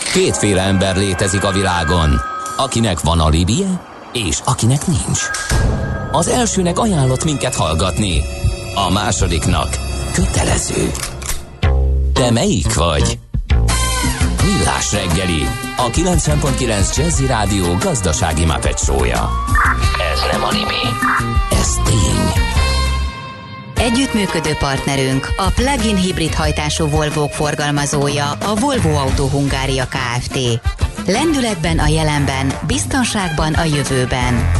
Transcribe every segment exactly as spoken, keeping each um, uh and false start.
Kétféle ember létezik a világon, akinek van alibije, és akinek nincs. Az elsőnek ajánlott minket hallgatni, a másodiknak kötelező. Te melyik vagy? Millás reggeli, a kilencven pont kilenc Jazzy Rádió gazdasági Muppet show-ja. Ez nem anime, ez tény. Együttműködő partnerünk a plug-in hibrid hajtású Volvók forgalmazója, a Volvo Autó Hungária Kft. Lendületben a jelenben, biztonságban a jövőben.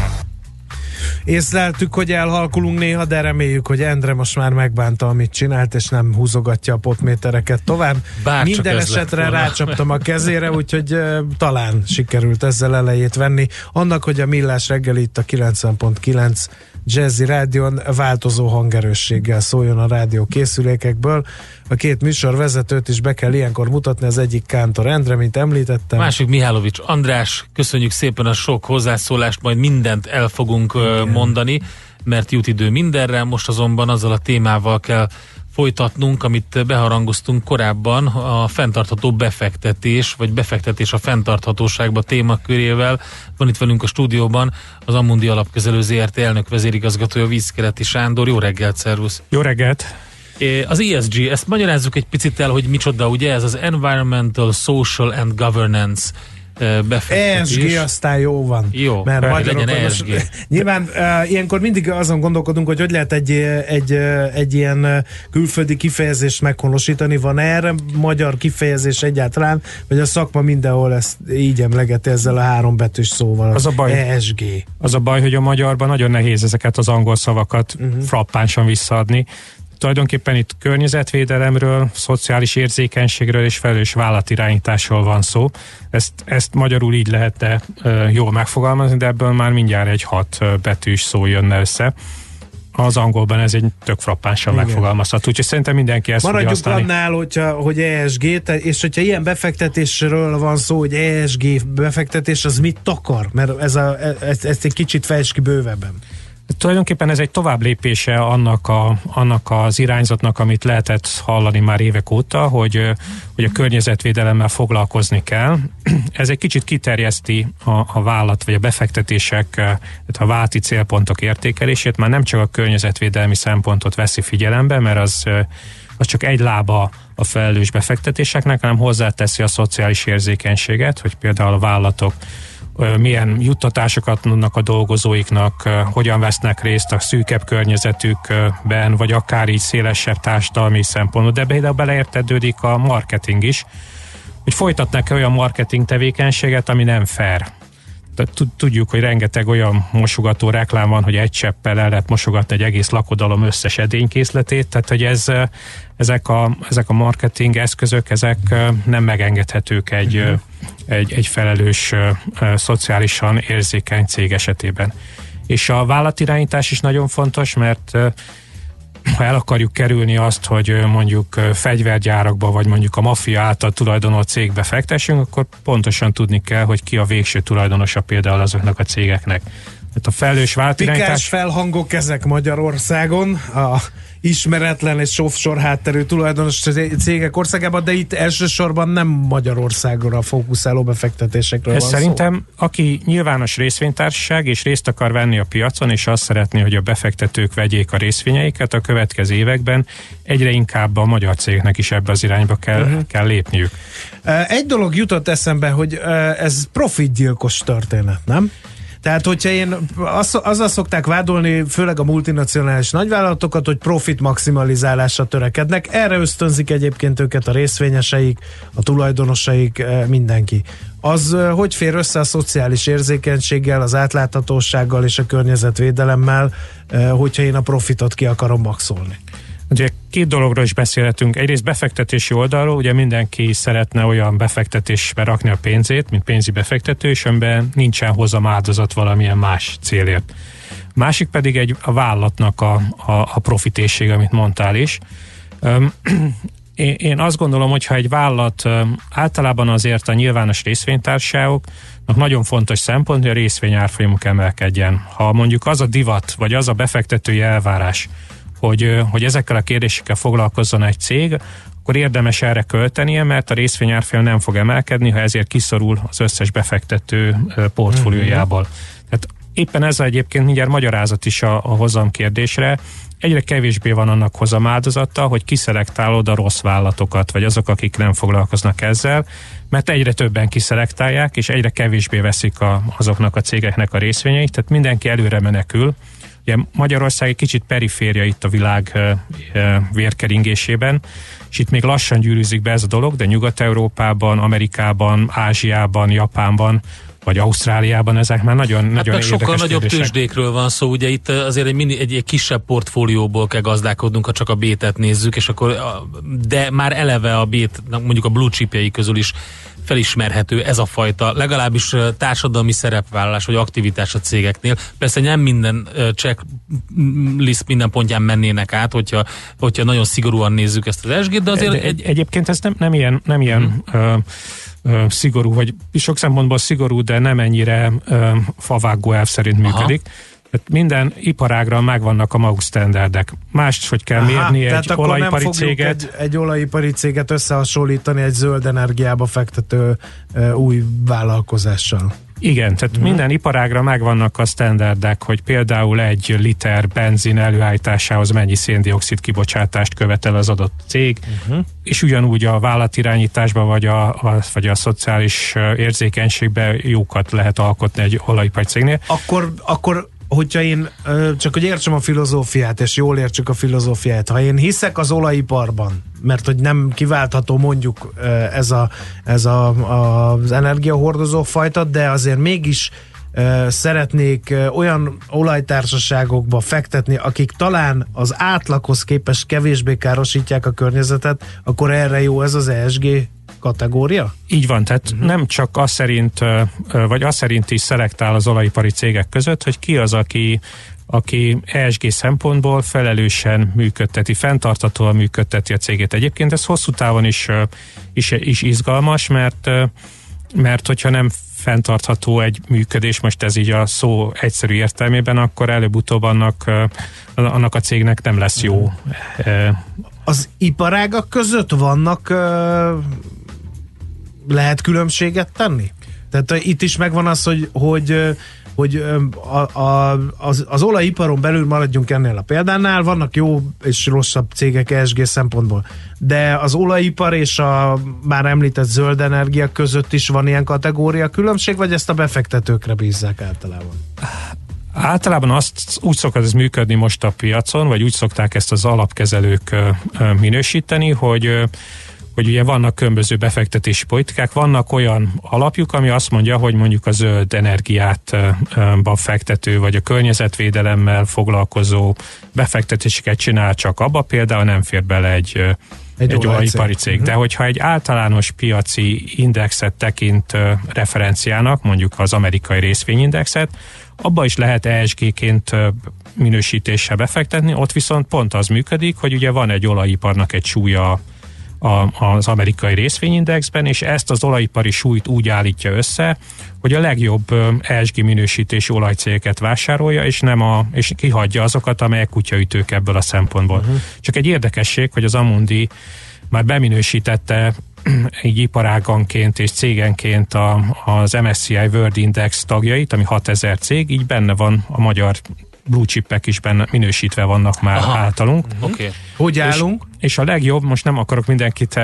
Észleltük, hogy elhalkulunk néha, de reméljük, hogy Endre most már megbánta, amit csinált, és nem húzogatja a potmétereket tovább. Bárcsak Minden esetre rácsaptam a kezére, úgyhogy uh, talán sikerült ezzel elejét venni. Annak, hogy a Millás reggeli itt a kilencven pont kilenc Jazzy Rádión változó hangerősséggel szóljon a rádió készülékekből. A két műsorvezetőt is be kell ilyenkor mutatni, az egyik Kántor Endre, mint említettem. Másik Mihálovics András, köszönjük szépen a sok hozzászólást, majd mindent el fogunk Igen. mondani, mert jut idő mindenre, most azonban azzal a témával kell folytatnunk, amit beharangoztunk korábban, a fenntartható befektetés, vagy befektetés a fenntarthatóságba témakörével. Van itt velünk a stúdióban az Amundi Alapkezelő zé er té elnök vezérigazgatója, Vízkeleti Sándor. Jó reggelt, szervusz! Jó reggelt! Az é es gé, ezt magyarázzuk egy picit el, hogy micsoda, ugye ez az Environmental, Social and Governance befektetés. é es gé aztán jó van. Jó, mert legyen é es gé. Nyilván uh, ilyenkor mindig azon gondolkodunk, hogy hogy lehet egy, egy, egy ilyen külföldi kifejezést meghonosítani. Van erre magyar kifejezés egyáltalán, vagy a szakma mindenhol ezt így emlegeti ezzel a három betűs szóval. Az a baj, é es gé. Az a baj, hogy a magyarban nagyon nehéz ezeket az angol szavakat uh-huh. frappánsan visszaadni. Tulajdonképpen itt környezetvédelemről, szociális érzékenységről és felelős vállalatirányításról van szó. Ezt, ezt magyarul így lehetne e, jól megfogalmazni, de ebből már mindjárt egy hat betűs szó jönne össze. Az angolban ez egy tök frappánsan Igen. megfogalmazható, úgyhogy szerintem mindenki ezt Maradjuk fogja használni. annál, hogyha, hogy é es gé, és hogyha ilyen befektetésről van szó, hogy é es gé befektetés, az mit takar? Mert ez a, ezt, ezt egy kicsit fejtsd ki bővebben. Tulajdonképpen ez egy tovább lépése annak, a, annak az irányzatnak, amit lehetett hallani már évek óta, hogy, hogy a környezetvédelemmel foglalkozni kell. Ez egy kicsit kiterjeszti a, a vállalat vagy a befektetések, a vállalati célpontok értékelését, már nem csak a környezetvédelmi szempontot veszi figyelembe, mert az, az csak egy lába a felelős befektetéseknek, hanem hozzáteszi a szociális érzékenységet, hogy például a vállalatok milyen juttatásokat adnak a dolgozóiknak, hogyan vesznek részt a szűkebb környezetükben, vagy akár így szélesebb társadalmi szempontból, de például beleértedődik a marketing is, hogy folytatnak olyan marketing tevékenységet, ami nem fair. Tudjuk, hogy rengeteg olyan mosogató reklám van, hogy egy cseppel el lehet mosogatni egy egész lakodalom összes edénykészletét, tehát hogy ez, ezek, a, ezek a marketing eszközök, ezek nem megengedhetők egy, uh-huh. egy, egy felelős, szociálisan érzékeny cég esetében. És a vállalatirányítás is nagyon fontos, mert ha el akarjuk kerülni azt, hogy mondjuk fegyvergyárakba, vagy mondjuk a maffia által tulajdonolt cégbe fektessünk, akkor pontosan tudni kell, hogy ki a végső tulajdonosa például azoknak a cégeknek. Tehát a felelős vállalatirányítás... Pikás felhangok ezek Magyarországon, a ismeretlen és offshore hátterű tulajdonos cégek országában, de itt elsősorban nem Magyarországra fókuszáló befektetésekről Ez van szerintem, szó. aki nyilvános részvénytársaság és részt akar venni a piacon, és azt szeretné, hogy a befektetők vegyék a részvényeiket, a következő években egyre inkább a magyar cégnek is ebbe az irányba kell, uh-huh. kell lépniük. Egy dolog jutott eszembe, hogy ez profitgyilkos történet, nem? Tehát, hogyha én, az, azzal szokták vádolni, főleg a multinacionális nagyvállalatokat, hogy profit maximalizálásra törekednek. Erre ösztönzik egyébként őket a részvényeseik, a tulajdonosaik, mindenki. Az hogy fér össze a szociális érzékenységgel, az átláthatósággal és a környezetvédelemmel, hogyha én a profitot ki akarom maxolni? Ugye két dologról is beszélhetünk. Egyrészt befektetési oldalról, ugye mindenki szeretne olyan befektetésbe rakni a pénzét, mint pénzi befektető, és amiben nincsen hozam áldozat valamilyen más célért. Másik pedig egy, a vállalatnak a, a, a profitésség, amit mondtál is. Um, én, én azt gondolom, hogy ha egy vállalat um, általában azért a nyilvános részvénytársaságoknak nagyon fontos szempont, hogy a részvényárfolyamuk emelkedjen. Ha mondjuk az a divat, vagy az a befektetői elvárás, Hogy, hogy ezekkel a kérdésekkel foglalkozzon egy cég, akkor érdemes erre költenie, mert a részvényárfolyam nem fog emelkedni, ha ezért kiszorul az összes befektető portfóliójából. Tehát éppen ez egyébként mindjárt magyarázat is a, a hozam kérdésre. Egyre kevésbé van annak hozamáldozata, hogy kiszelektálod a rossz vállalatokat, vagy azok, akik nem foglalkoznak ezzel, mert egyre többen kiszelektálják, és egyre kevésbé veszik a, azoknak a cégeknek a részvényeit, tehát mindenki előre menekül. Ugye Magyarország egy kicsit periféria itt a világ e, e, vérkeringésében, és itt még lassan gyűrűzik be ez a dolog, de Nyugat-Európában, Amerikában, Ázsiában, Japánban, vagy Ausztráliában ezek már nagyon, hát nagyon érdekes sokkal nagyobb kérdések. Tőzsdékről van szó, ugye itt azért egy, mini, egy, egy kisebb portfólióból kell gazdálkodnunk, ha csak a bétet nézzük, és akkor, de már eleve a bét, mondjuk a blue chipjei közül is felismerhető ez a fajta, legalábbis társadalmi szerepvállalás vagy aktivitás a cégeknél. Persze nem minden checklist minden pontján mennének át, hogyha, hogyha nagyon szigorúan nézzük ezt az es gét, de azért... De egy, egyébként ez nem, nem ilyen, nem ilyen hmm. ö, ö, szigorú, vagy sok szempontból szigorú, de nem ennyire ö, favágó elv szerint működik. Aha. Minden iparágra megvannak a maguk sztenderdek. Mást, hogy kell Aha, mérni egy olajipari céget. Egy, egy olajipari céget összehasonlítani egy zöld energiába fektető uh, új vállalkozással. Igen, tehát uh-huh. minden iparágra megvannak a sztenderdek, hogy például egy liter benzin előállításához mennyi széndioxid kibocsátást követel az adott cég, uh-huh. és ugyanúgy a vállalatirányításban vagy a, a, vagy a szociális érzékenységben jókat lehet alkotni egy olajipari cégnél. Akkor, akkor hogyha én, csak hogy értsem a filozófiát, és jól értsük a filozófiát, ha én hiszek az olajiparban, mert hogy nem kiváltható mondjuk ez, a, ez a, a, az energiahordozó fajta, de azért mégis szeretnék olyan olajtársaságokba fektetni, akik talán az átlaghoz képest kevésbé károsítják a környezetet, akkor erre jó ez az e es gé kategória? Így van, tehát uh-huh. nem csak az szerint, vagy az szerint is szelektál az olajipari cégek között, hogy ki az, aki, aki e es gé szempontból felelősen működteti, fenntarthatóan működteti a cégét. Egyébként ez hosszú távon is, is, is izgalmas, mert, mert hogyha nem fenntartható egy működés, most ez így a szó egyszerű értelmében, akkor előbb-utóbb annak, annak a cégnek nem lesz jó. Uh-huh. Az iparágak között vannak lehet különbséget tenni? Tehát itt is megvan az, hogy, hogy, hogy a, a, az, az olajiparon belül maradjunk ennél a példánál, vannak jó és rosszabb cégek e es gé szempontból, de az olajipar és a már említett zöld energia között is van ilyen kategória különbség, vagy ezt a befektetőkre bízzák általában? Általában azt úgy szokott ez működni most a piacon, vagy úgy szokták ezt az alapkezelők minősíteni, hogy hogy ugye vannak különböző befektetési politikák, vannak olyan alapjuk, ami azt mondja, hogy mondjuk a zöld energiát befektető, vagy a környezetvédelemmel foglalkozó befektetéseket csinál csak abba, például nem fér bele egy, egy, egy olajipari cég. Uh-huh. De hogyha egy általános piaci indexet tekint referenciának, mondjuk az amerikai részvényindexet, abba is lehet e es gé-ként minősítéssel befektetni, ott viszont pont az működik, hogy ugye van egy olajiparnak egy súlya A, az amerikai részvényindexben, és ezt az olajipari súlyt úgy állítja össze, hogy a legjobb e es gé minősítésű olajcégeket vásárolja, és nem a, és kihagyja azokat, amelyek kutyaütők ebből a szempontból. Uh-huh. Csak egy érdekesség, hogy az Amundi már beminősítette így iparáganként és cégenként a, az em es cé i World Index tagjait, ami hatezer cég, így benne van a magyar blue chipek is benne minősítve vannak már Aha. általunk. Uh-huh. Okay. Hogy állunk? És, és a legjobb, most nem akarok mindenkit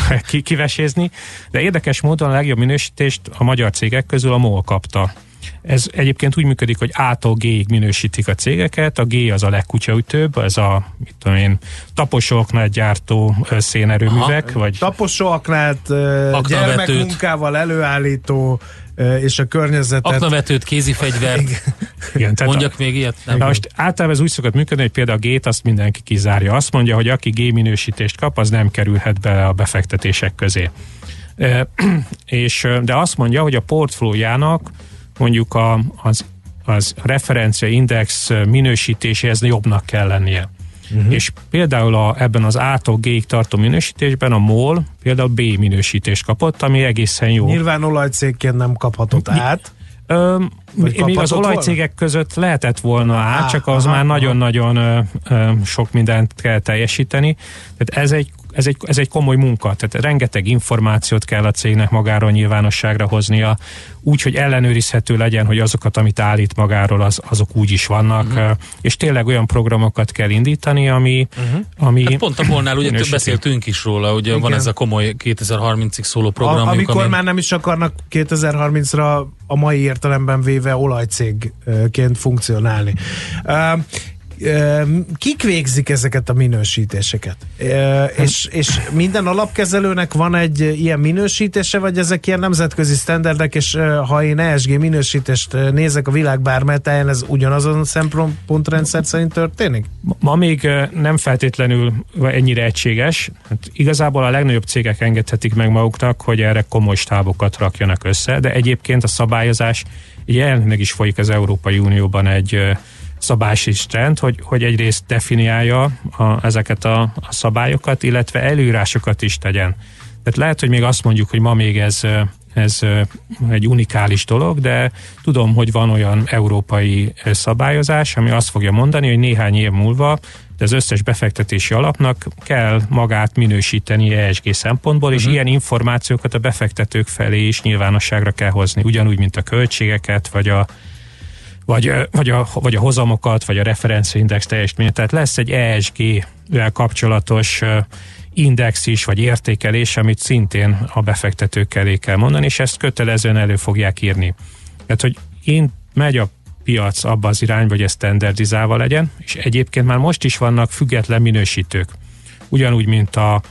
kivesézni, de érdekes módon a legjobb minősítést a magyar cégek közül a MOL kapta. Ez egyébként úgy működik, hogy A-tól G-ig minősítik a cégeket, a G az a legkutyaütőbb, ez a, mit tudom én, taposóaknál gyártó szénerőművek, Aha. vagy... Taposóaknál gyermekmunkával előállító és a környezetet... Aknavetőt, kézifegyvert. Igen, mondjak a, még ilyet? Nem. Na most általában ez úgy szokott működni, hogy például a G-t azt mindenki kizárja. Azt mondja, hogy aki G minősítést kap, az nem kerülhet bele a befektetések közé. E, és, de azt mondja, hogy a portfóliójának mondjuk a, az, az referencia index minősítéséhez jobbnak kell lennie. Uh-huh. És például a, ebben az A-tól G-ig tartó minősítésben a MOL például B minősítést kapott, ami egészen jó. Nyilván olajcégként nem kaphatott át. Ö, még az olajcégek volna? Között lehetett volna át, Á, csak az aha, már nagyon-nagyon ö, ö, sok mindent kell teljesíteni. Tehát ez egy, ez egy, ez egy komoly munka, tehát rengeteg információt kell a cégnek magáról nyilvánosságra hoznia, úgy, hogy ellenőrizhető legyen, hogy azokat, amit állít magáról, az, azok úgy is vannak, uh-huh. és tényleg olyan programokat kell indítani, ami... Uh-huh. ami hát pont a Molnál ugye több beszéltünk is róla, ugye igen. van ez a komoly kétezer-harmincig szóló program. A, amikor ami... már nem is akarnak kétezer-harmincra a mai értelemben véve olajcégként funkcionálni. Uh, Kik végzik ezeket a minősítéseket? És, és minden alapkezelőnek van egy ilyen minősítése, vagy ezek ilyen nemzetközi sztenderdek, és ha én E S G minősítést nézek a világ bármely táján, ez ugyanazon szempontrendszer szerint történik? Ma még nem feltétlenül ennyire egységes. Hát igazából a legnagyobb cégek engedhetik meg maguknak, hogy erre komoly stábokat rakjanak össze, de egyébként a szabályozás, jelenleg is folyik az Európai Unióban egy szabálysistent, hogy, hogy egyrészt definiálja a, ezeket a, a szabályokat, illetve előírásokat is tegyen. Tehát lehet, hogy még azt mondjuk, hogy ma még ez, ez egy unikális dolog, de tudom, hogy van olyan európai szabályozás, ami azt fogja mondani, hogy néhány év múlva de az összes befektetési alapnak kell magát minősíteni E S G szempontból, és uh-huh. ilyen információkat a befektetők felé is nyilvánosságra kell hozni, ugyanúgy, mint a költségeket, vagy a Vagy, vagy, a, vagy a hozamokat, vagy a referenciaindex teljesítményt. Tehát lesz egy E S G-vel kapcsolatos index is, vagy értékelés, amit szintén a befektetők elé kell mondani, és ezt kötelezően elő fogják írni. Tehát, hogy én megy a piac abba az irányba, hogy ez standardizálva legyen, és egyébként már most is vannak független minősítők. Ugyanúgy, mint a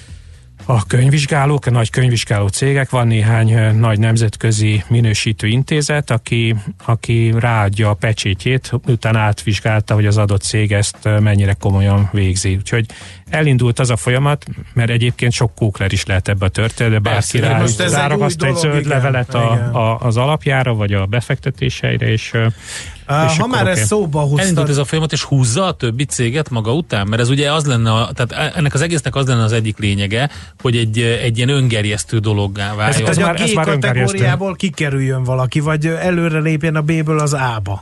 A könyvvizsgálók, a nagy könyvvizsgáló cégek, van néhány nagy nemzetközi minősítő intézet, aki, aki ráadja a pecsétjét, utána átvizsgálta, hogy az adott cég ezt mennyire komolyan végzi. Úgyhogy elindult az a folyamat, mert egyébként sok kókler is lehet ebbe a történetbe, bárki ráragaszta egy zöld igen, levelet a, a, az alapjára, vagy a befektetéseire, és Uh, ha már ez szóba hoztad... Elindult ez a folyamat, és húzza a többi céget maga után? Mert ez ugye az lenne, a, tehát ennek az egésznek az lenne az egyik lényege, hogy egy, egy ilyen öngerjesztő dologgá váljon. Ez, ez hogy a G kategóriából kikerüljön valaki, vagy előre lépjen a B-ből az A-ba.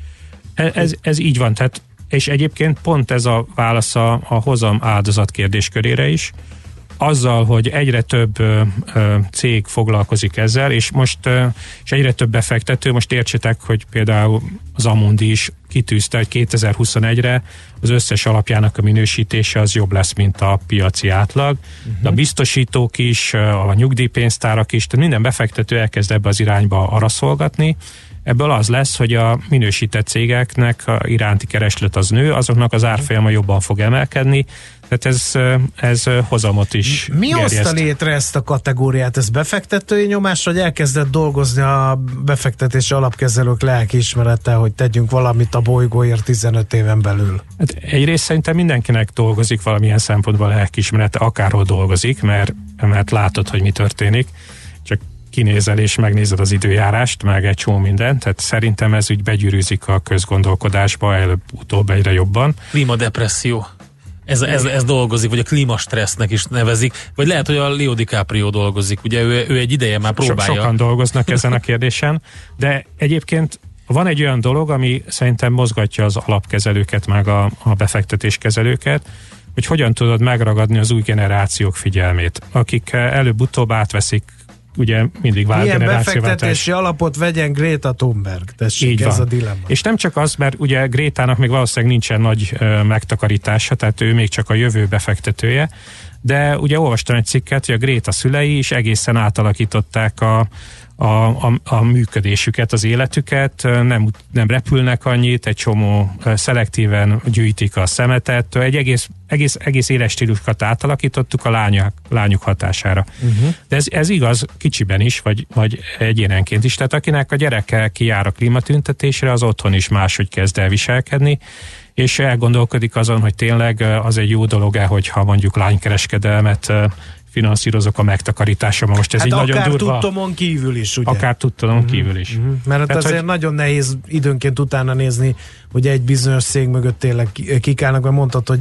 Ez, ez, ez így van, tehát, és egyébként pont ez a válasz a, a hozam áldozat kérdéskörére is. Azzal, hogy egyre több ö, ö, cég foglalkozik ezzel, és most ö, és egyre több befektető, most értsétek, hogy például az Amundi is kitűzte, hogy kétezer-huszonegyre az összes alapjának a minősítése az jobb lesz, mint a piaci átlag. Uh-huh. De a biztosítók is, a nyugdíjpénztárak is, tehát minden befektető elkezd ebbe az irányba araszolgatni. Ebből az lesz, hogy a minősített cégeknek a iránti kereslet az nő, azoknak az árfolyama jobban fog emelkedni, tehát ez, ez hozamot is Mi gerjeszt. hozta létre ezt a kategóriát? Ez befektetői nyomás, vagy elkezdett dolgozni a befektetési alapkezelők lelkiismerete, hogy tegyünk valamit a bolygóért tizenöt éven belül? Hát egyrészt szerintem mindenkinek dolgozik valamilyen szempontból lelkiismerete, akárhol dolgozik, mert, mert látod, hogy mi történik, csak kinézel és megnézed az időjárást, meg egy csomó mindent, tehát szerintem ez úgy begyűrűzik a közgondolkodásba, előbb-utóbb egyre jobban. Klímadepresszió. Ez, ez, ez dolgozik, vagy a klímastressznek is nevezik, vagy lehet, hogy a Leo DiCaprio dolgozik, ugye ő, ő egy ideje már próbálja. So, sokan dolgoznak ezen a kérdésen, de egyébként van egy olyan dolog, ami szerintem mozgatja az alapkezelőket, meg a, a befektetéskezelőket, hogy hogyan tudod megragadni az új generációk figyelmét, akik előbb-utóbb átveszik, ugye mindig válgenerációváltás. Milyen befektetési alapot vegyen Greta Thunberg? Tessék, így ez van. A dilemma. És nem csak az, mert ugye Grétának még valószínűleg nincsen nagy ö, megtakarítása, tehát ő még csak a jövő befektetője, de ugye olvastam egy cikket, hogy a Gréta szülei is egészen átalakították a A, a, a működésüket, az életüket, nem, nem repülnek annyit, egy csomó szelektíven gyűjtik a szemetet, egy egész, egész, egész éles stílusokat átalakítottuk a lányok, lányok hatására. Uh-huh. De ez, ez igaz kicsiben is, vagy, vagy egyénenként is, tehát akinek a gyereke kijár a klímatüntetésre, az otthon is máshogy kezd el viselkedni, és elgondolkodik azon, hogy tényleg az egy jó dolog-e, hogyha mondjuk lánykereskedelmet finanszírozok a megtakarítása. Most ez hát így nagyon durva. Akár tudtomon kívül is, ugye? Akár tudtomon uh-huh. kívül is. Uh-huh. Mert hát azért hogy... nagyon nehéz időnként utána nézni, hogy egy bizonyos cég mögött tényleg kik állnak, mert mondtad, hogy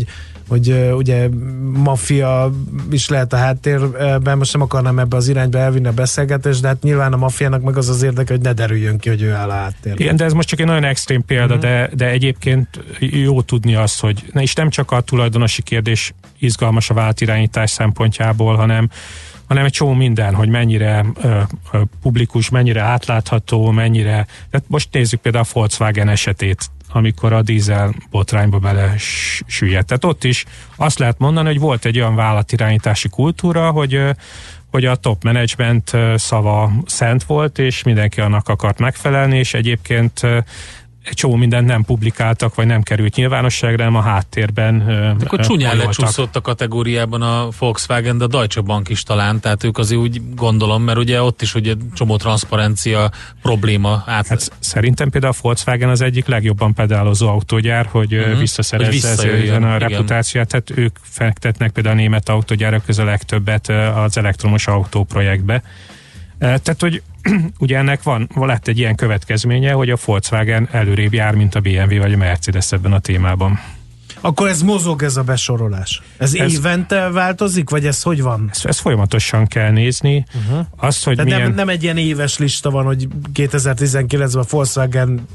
hogy uh, ugye maffia is lehet a háttérben, most nem akarnám ebbe az irányba elvinni a beszélgetést, de hát nyilván a maffiának meg az az érdeke, hogy ne derüljön ki, hogy ő áll a háttérben. Igen, de ez most csak egy nagyon extrém példa, uh-huh. de, de egyébként jó tudni azt, hogy ne, és nem csak a tulajdonosi kérdés izgalmas a vállalatirányítás szempontjából, hanem hanem egy csomó minden, hogy mennyire ö, ö, publikus, mennyire átlátható, mennyire... Tehát most nézzük például a Volkswagen esetét, amikor a dízel botrányba bele süllyedt. Tehát ott is azt lehet mondani, hogy volt egy olyan vállalatirányítási kultúra, hogy, ö, hogy a top management szava szent volt, és mindenki annak akart megfelelni, és egyébként ö, egy csomó mindent nem publikáltak, vagy nem került nyilvánosságra, hanem a háttérben de akkor csúnyán lecsúszott a kategóriában a Volkswagen, de a Deutsche Bank is talán, tehát ők azért úgy gondolom, mert ugye ott is ugye csomó transzparencia probléma át. Hát szerintem például a Volkswagen az egyik legjobban pedálozó autógyár, hogy uh-huh. visszaszerezze ezen a reputációt, tehát ők fektetnek például a német autógyárak közül legtöbbet az elektromos autó projektbe. Tehát, hogy ugye ennek van, lett egy ilyen következménye, hogy a Volkswagen előrébb jár, mint a bé em vé vagy a Mercedes ebben a témában. Akkor ez mozog, ez a besorolás? Ez, ez évente változik, vagy ez hogy van? Ezt, ezt folyamatosan kell nézni. Uh-huh. Azt, hogy milyen... nem, nem egy ilyen éves lista van, hogy kétezer-tizenkilencben a Volkswagen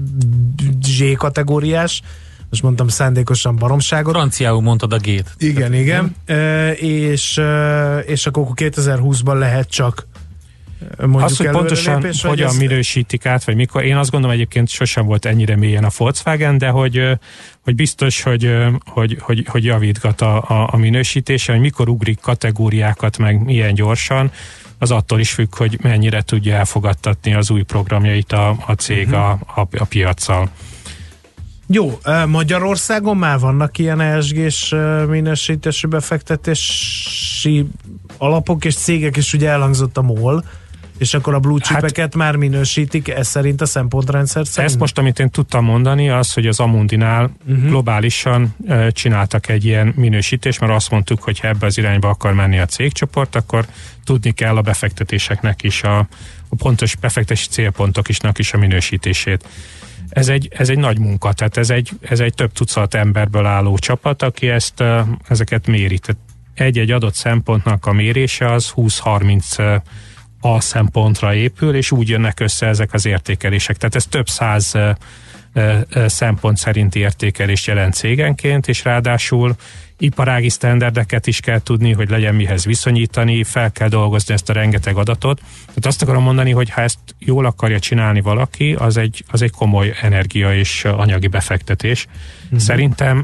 Z kategóriás, most mondtam szándékosan baromságot. Franciául mondtad a G-t. Igen, igen. E, és, és akkor kétezer-húszban lehet csak azt, hogy pontosan lépés, hogyan ez... minősítik át, vagy mikor. Én azt gondolom, egyébként sosem volt ennyire mélyen a Volkswagen, de hogy, hogy biztos, hogy, hogy, hogy, hogy javítgat a, a, a minősítése, hogy mikor ugrik kategóriákat meg milyen gyorsan, az attól is függ, hogy mennyire tudja elfogadtatni az új programjait a, a cég uh-huh. a, a, a piaccal. Jó, Magyarországon már vannak ilyen E S G-s minősítésű befektetési alapok és cégek, és ugye elhangzott a MOL, és akkor a blue chipeket hát, már minősítik, ez szerint a szempontrendszer szerint? Ezt most, amit én tudtam mondani, az, hogy az Amundinál uh-huh. globálisan uh, csináltak egy ilyen minősítést, mert azt mondtuk, hogy ha ebbe az irányba akar menni a cégcsoport, akkor tudni kell a befektetéseknek is, a, a pontos befektetési célpontoknak is a minősítését. Ez egy, ez egy nagy munka, tehát ez egy, ez egy több tucat emberből álló csapat, aki ezt, uh, ezeket méri. Tehát egy-egy adott szempontnak a mérése az húsz-harminc uh, A szempontra épül, és úgy jönnek össze ezek az értékelések. Tehát ez több száz uh, uh, szempont szerinti értékelést jelent cégenként, és ráadásul iparági sztenderdeket is kell tudni, hogy legyen mihez viszonyítani, fel kell dolgozni ezt a rengeteg adatot. Tehát azt akarom mondani, hogy ha ezt jól akarja csinálni valaki, az egy, az egy komoly energia és anyagi befektetés. Uh-huh. Szerintem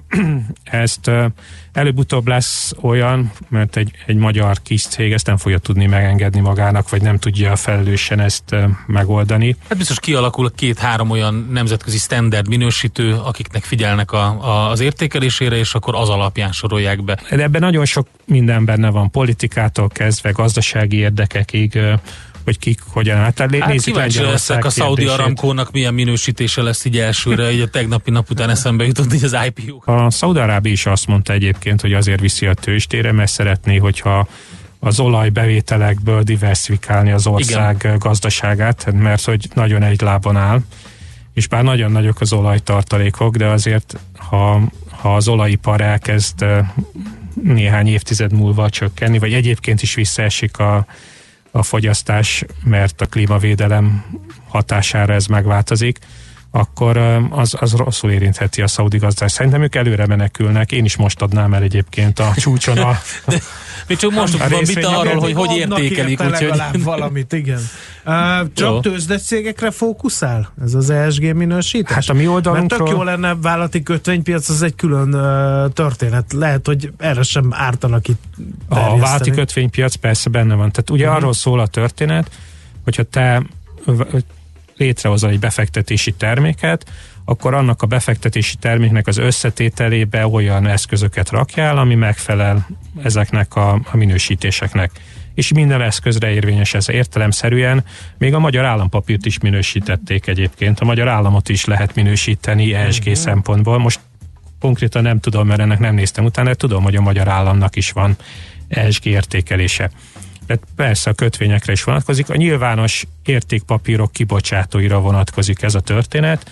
ezt uh, előbb-utóbb lesz olyan, mert egy, egy magyar kis cég ezt nem fogja tudni megengedni magának, vagy nem tudja felelősen ezt uh, megoldani. Hát biztos kialakul két-három olyan nemzetközi standard minősítő, akiknek figyelnek a, a, az értékelésére, és akkor az alapján sorolják be. De ebben nagyon sok minden benne van, politikától kezdve gazdasági érdekekig, uh, hogy kik hogyan át. Hát kíváncsi leszek a Saudi Aramco-nak milyen minősítése lesz így elsőre, így a tegnapi nap után eszembe jutott így az I P O. A Szaúd-Arábia is azt mondta egyébként, hogy azért viszi a tőzsdére, mert szeretné, hogyha az olajbevételekből diversifikálni az ország Igen. gazdaságát, mert hogy nagyon egy lábon áll, és bár nagyon nagyok az olajtartalékok, de azért, ha, ha az olajipar elkezd néhány évtized múlva csökkenni, vagy egyébként is visszaesik a a fogyasztás, mert a klímavédelem hatására ez megváltozik, akkor az, az rosszul érintheti a szaudi gazdást. Szerintem ők előre menekülnek, én is most adnám el egyébként a csúcson a... De, még csak most van vita arról, hogy hogy értékelik. Úgyhogy... legalább valamit, igen. Uh, csak tőzsdecégekre fókuszál ez az E S G minősítés? Hát a mi oldalunkról... Mert tök jó lenne, vállalati kötvénypiac, az egy külön uh, történet. Lehet, hogy erre sem ártanak itt terjeszteni. A vállalati kötvénypiac persze benne van. Tehát ugye uh-huh. arról szól a történet, hogyha te létrehozol egy befektetési terméket, akkor annak a befektetési terméknek az összetételébe olyan eszközöket rakjál, ami megfelel ezeknek a, a minősítéseknek. És minden eszközre érvényes ez értelemszerűen. Még a magyar állampapírt is minősítették egyébként. A magyar államot is lehet minősíteni E S G mm-hmm. szempontból. Most konkrétan nem tudom, mert ennek nem néztem utána, de tudom, hogy a magyar államnak is van E S G értékelése. De persze a kötvényekre is vonatkozik. A nyilvános értékpapírok kibocsátóira vonatkozik ez a történet.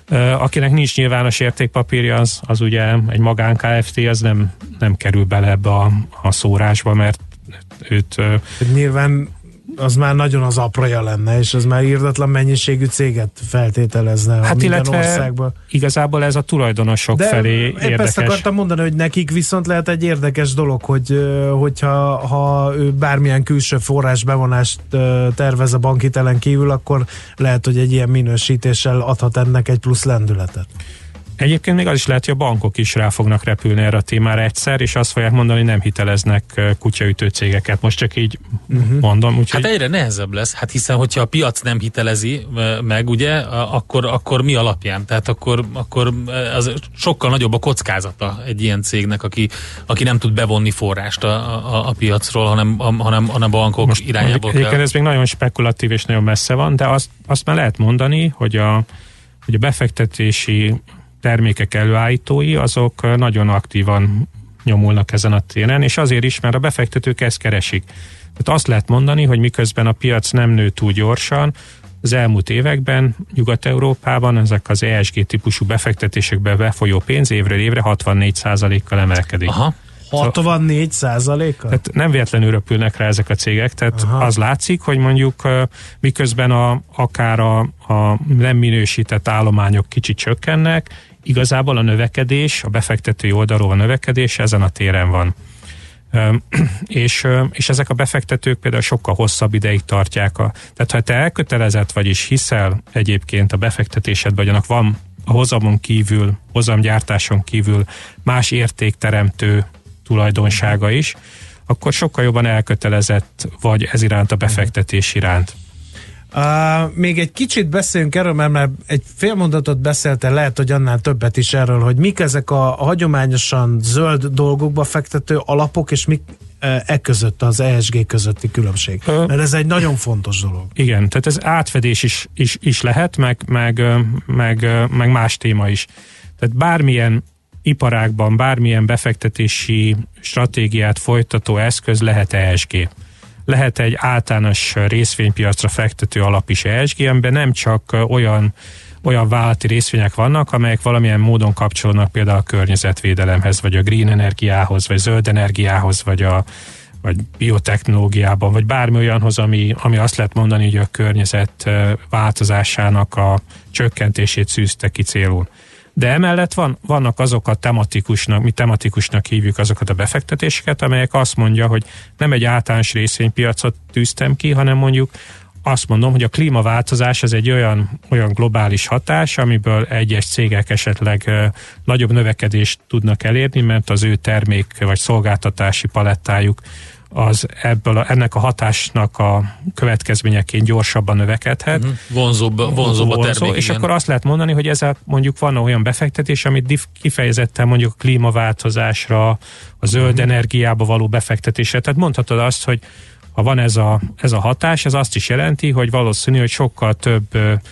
Akinek nincs nyilvános értékpapírja, az, az ugye egy magán Kft., az nem, nem kerül bele ebbe a, a szórásba, mert őt... Nyilván az már nagyon az apraja lenne, és az már irdatlan mennyiségű céget feltételezne hát a minden illetve országban. Igazából ez a tulajdonosok de felé érdekes. Épp ezt akartam mondani, hogy nekik viszont lehet egy érdekes dolog, hogy hogyha ha ő bármilyen külső forrás bevonást tervez a bankhitelen kívül, akkor lehet, hogy egy ilyen minősítéssel adhat ennek egy plusz lendületet. Egyébként még az is lehet, hogy a bankok is rá fognak repülni erre a témára egyszer, és azt fogják mondani, hogy nem hiteleznek kutyaütő cégeket. Most csak így uh-huh. mondom. Úgyhogy... Hát egyre nehezebb lesz, hát hiszen, hogyha a piac nem hitelezi meg, ugye, akkor, akkor mi alapján? Tehát akkor, akkor az sokkal nagyobb a kockázata egy ilyen cégnek, aki, aki nem tud bevonni forrást a, a, a piacról, hanem, a, hanem, hanem a bankok most irányából kell. Egyébként ez még nagyon spekulatív és nagyon messze van, de azt, azt már lehet mondani, hogy a, hogy a befektetési termékek előállítói, azok nagyon aktívan nyomulnak ezen a téren, és azért is, mert a befektetők ezt keresik. Tehát azt lehet mondani, hogy miközben a piac nem nő túl gyorsan, az elmúlt években Nyugat-Európában ezek az E S G típusú befektetésekbe befolyó pénz évről évre hatvannégy százalékkal emelkedik. Aha. hatvannégy százalékkal? Tehát nem véletlenül röpülnek rá ezek a cégek, tehát Aha. az látszik, hogy mondjuk miközben a, akár a, a nem minősített állományok kicsit csökkennek, igazából a növekedés, a befektetői oldalról a növekedés ezen a téren van. És, és ezek a befektetők például sokkal hosszabb ideig tartják. A, tehát ha te elkötelezett vagy és hiszel egyébként a befektetésedben, hogy annak van a hozamon kívül, hozamgyártáson kívül más értékteremtő tulajdonsága is, akkor sokkal jobban elkötelezett vagy ez iránt a befektetés iránt. Uh, még egy kicsit beszéljünk erről, mert már egy fél mondatot beszéltél, lehet, hogy annál többet is erről, hogy mik ezek a, a hagyományosan zöld dolgokba fektető alapok, és mik e között, az E S G közötti különbség. Ö, mert ez egy nagyon fontos dolog. Igen, tehát ez átfedés is, is, is lehet, meg, meg, meg, meg más téma is. Tehát bármilyen iparágban, bármilyen befektetési stratégiát folytató eszköz lehet E S G. Lehet egy általános részvénypiacra fektető alap is E S G, amiben nem csak olyan, olyan vállalati részvények vannak, amelyek valamilyen módon kapcsolódnak például a környezetvédelemhez, vagy a green energiához, vagy zöld energiához, vagy a vagy biotechnológiában, vagy bármi olyanhoz, ami, ami azt lehet mondani, hogy a környezet változásának a csökkentését szűzte ki célul. De emellett van, vannak azok a tematikusnak, mi tematikusnak hívjuk azokat a befektetéseket, amelyek azt mondja, hogy nem egy általános részvénypiacot tűztem ki, hanem mondjuk azt mondom, hogy a klímaváltozás az egy olyan, olyan globális hatás, amiből egyes cégek esetleg uh, nagyobb növekedést tudnak elérni, mert az ő termék vagy szolgáltatási palettájuk az ebből a, ennek a hatásnak a következményeként gyorsabban növekedhet. Uh-huh. Vonzóbb, vonzóbb a termék. Vonzó, és igen. Akkor azt lehet mondani, hogy ez a, mondjuk van olyan befektetés, amit kifejezetten mondjuk a klímaváltozásra, a zöld uh-huh. energiába való befektetésre. Tehát mondhatod azt, hogy ha van ez a, ez a hatás, ez azt is jelenti, hogy valószínű, hogy sokkal több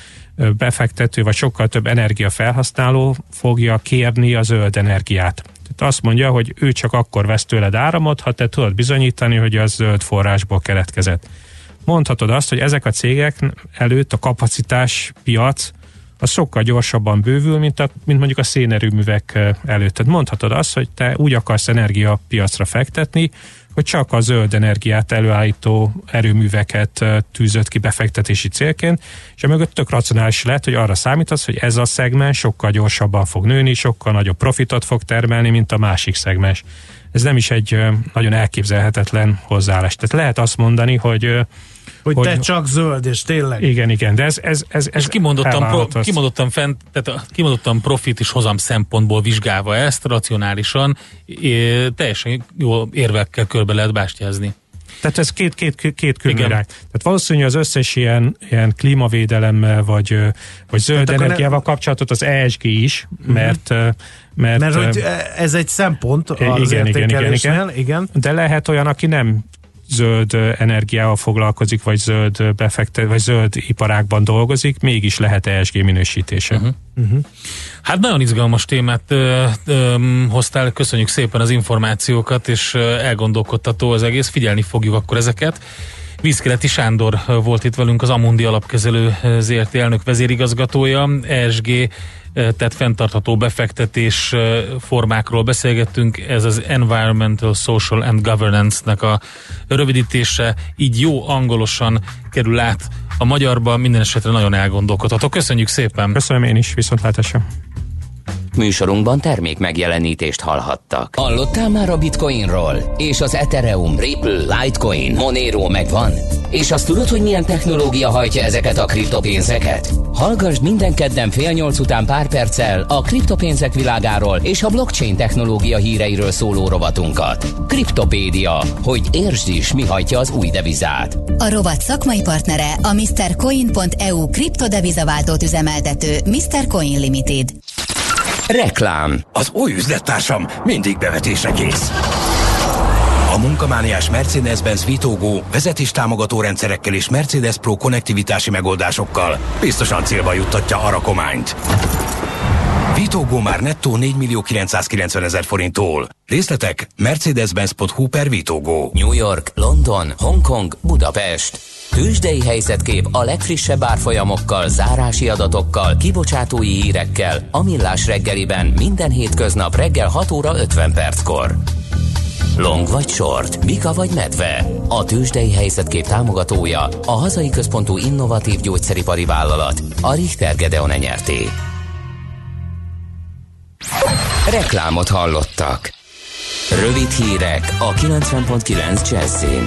befektető, vagy sokkal több energiafelhasználó fogja kérni a zöld energiát. Tehát azt mondja, hogy ő csak akkor vesz tőled áramot, ha te tudod bizonyítani, hogy az zöld forrásból keletkezett. Mondhatod azt, hogy ezek a cégek előtt a kapacitás piac az sokkal gyorsabban bővül, mint, a, mint mondjuk a szénerőművek előtt. Tehát mondhatod azt, hogy te úgy akarsz energiapiacra fektetni, hogy csak a zöld energiát előállító erőműveket tűzött ki befektetési célként, és amögött tök racionális lehet, hogy arra számítasz, hogy ez a szegmens sokkal gyorsabban fog nőni, sokkal nagyobb profitot fog termelni, mint a másik szegmens. Ez nem is egy nagyon elképzelhetetlen hozzáállás. Tehát lehet azt mondani, hogy Hogy, hogy te csak zöld, és tényleg. Igen, igen, de ez, ez, ez, ez és kimondottan, pro, kimondottan, fent, tehát kimondottan profit és hozam szempontból vizsgálva ezt, racionálisan, é, teljesen jó érvekkel körbe lehet bástyázni. Tehát ez két, két, két külön irány. Tehát valószínű az összes ilyen, ilyen klímavédelemmel, vagy, vagy zöld tehát energiával ne... kapcsolatot az E S G is, mert... Uh-huh. Mert, mert hogy ez egy szempont az igen, értékelésnél, igen, igen, igen. De lehet olyan, aki nem zöld energiával foglalkozik, vagy zöld befektet, vagy zöld iparágban dolgozik, mégis lehet E S G minősítése. Uh-huh. Uh-huh. Hát nagyon izgalmas témát ö, ö, hoztál, köszönjük szépen az információkat, és elgondolkodtató az egész, figyelni fogjuk akkor ezeket. Vízkeleti Sándor volt itt velünk, az Amundi Alapkezelő zé er té elnök vezérigazgatója. e es gé, tehát fenntartható befektetés formákról beszélgettünk, ez az Environmental, Social and Governance-nek a rövidítése, így jó angolosan kerül át a magyarba, minden esetre nagyon elgondolkodható. Köszönjük szépen! Köszönöm én is, viszontlátásra! Műsorunkban termék megjelenítést hallhattak. Hallottál már a Bitcoinról? És az Ethereum, Ripple, Litecoin, Monero megvan? És azt tudod, hogy milyen technológia hajtja ezeket a kriptopénzeket? Hallgassd minden kedden fél nyolc után pár perccel a kriptopénzek világáról és a blockchain technológia híreiről szóló rovatunkat. Kriptopédia, hogy értsd is, mi hajtja az új devizát. A rovat szakmai partnere a mister Coin pont e u kriptodevizaváltót üzemeltető mister Coin Limited. Reklám. Az új üzlettársam mindig bevetésre kész. A munkamániás Mercedes-Benz Vitógo vezetéstámogató rendszerekkel és Mercedes Pro konnektivitási megoldásokkal biztosan célba juttatja a rakományt. Vitógo már nettó négy millió kilencszázkilencven ezer forinttól. Részletek mercedes-benz pont hu per Vitógo. New York, London, Hongkong, Budapest. Tőzsdei helyzetkép a legfrissebb árfolyamokkal, zárási adatokkal, kibocsátói hírekkel a Millás reggeliben minden hétköznap reggel hat óra ötven perckor. Long vagy short, bika vagy medve. A tőzsdei helyzetkép támogatója a hazai központú innovatív gyógyszeripari vállalat, a Richter Gedeon Enyerté. Reklámot hallottak. Rövid hírek a kilencven pont kilenc Jazzin.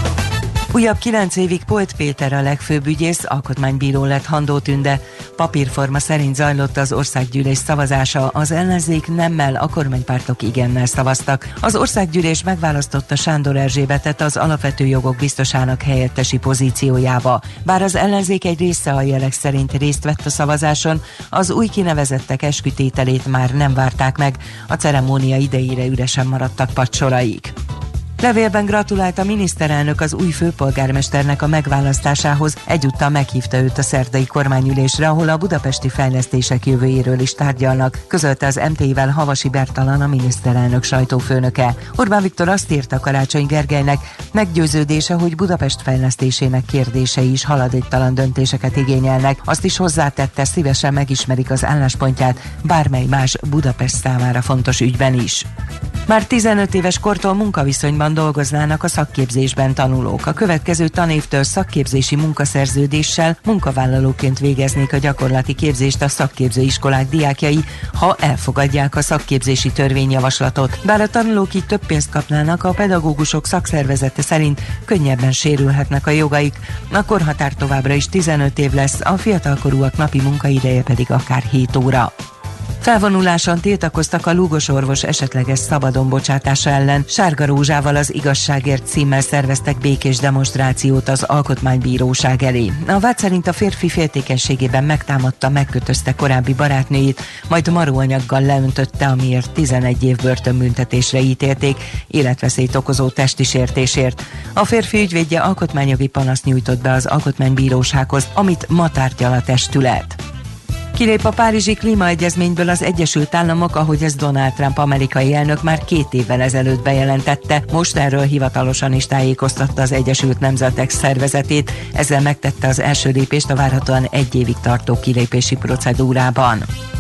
Újabb kilenc évig Polt Péter a legfőbb ügyész, alkotmánybíró lett Handó Tünde. Papírforma szerint zajlott az országgyűlés szavazása, az ellenzék nemmel, a kormánypártok igennel szavaztak. Az országgyűlés megválasztotta Sándor Erzsébetet az alapvető jogok biztosának helyettesi pozíciójába. Bár az ellenzék egy része a jelek szerint részt vett a szavazáson, az új kinevezettek eskütételét már nem várták meg, a ceremónia idejére üresen maradtak padsoraik. Levélben gratulált a miniszterelnök az új főpolgármesternek a megválasztásához, egyúttal meghívta őt a szerdai kormányülésre, ahol a budapesti fejlesztések jövőjéről is tárgyalnak, közölte az em té i-vel Havasi Bertalan, a miniszterelnök sajtófőnöke. Orbán Viktor azt írta Karácsony Gergelynek, meggyőződése, hogy Budapest fejlesztésének kérdései is haladéktalan döntéseket igényelnek, azt is hozzátette, szívesen megismerik az álláspontját bármely más Budapest számára fontos ügyben is. Már tizenöt éves kortól munkaviszonyban dolgoznának a szakképzésben tanulók. A következő tanévtől szakképzési munkaszerződéssel munkavállalóként végeznék a gyakorlati képzést a szakképzőiskolák diákjai, ha elfogadják a szakképzési törvényjavaslatot. Bár a tanulók így több pénzt kapnának, a pedagógusok szakszervezete szerint könnyebben sérülhetnek a jogaik. A korhatár továbbra is tizenöt év lesz, a fiatalkorúak napi munkaideje pedig akár hét óra. Felvonuláson tiltakoztak a lúgos orvos esetleges szabadon bocsátása ellen. Sárga rózsával az igazságért címmel szerveztek békés demonstrációt az Alkotmánybíróság elé. A vád szerint a férfi féltékenységében megtámadta, megkötözte korábbi barátnőjét, majd maróanyaggal leöntötte, amiért tizenegy év börtönbüntetésre ítélték, életveszélyt okozó testi sértésért. A férfi ügyvédje alkotmányjogi panaszt nyújtott be az Alkotmánybírósághoz, amit ma tárgyal a testület. Kilép a Párizsi Klímaegyezményből az Egyesült Államok, ahogy ez Donald Trump amerikai elnök már két évvel ezelőtt bejelentette. Most erről hivatalosan is tájékoztatta az Egyesült Nemzetek Szervezetét, ezzel megtette az első lépést a várhatóan egy évig tartó kilépési procedúrában.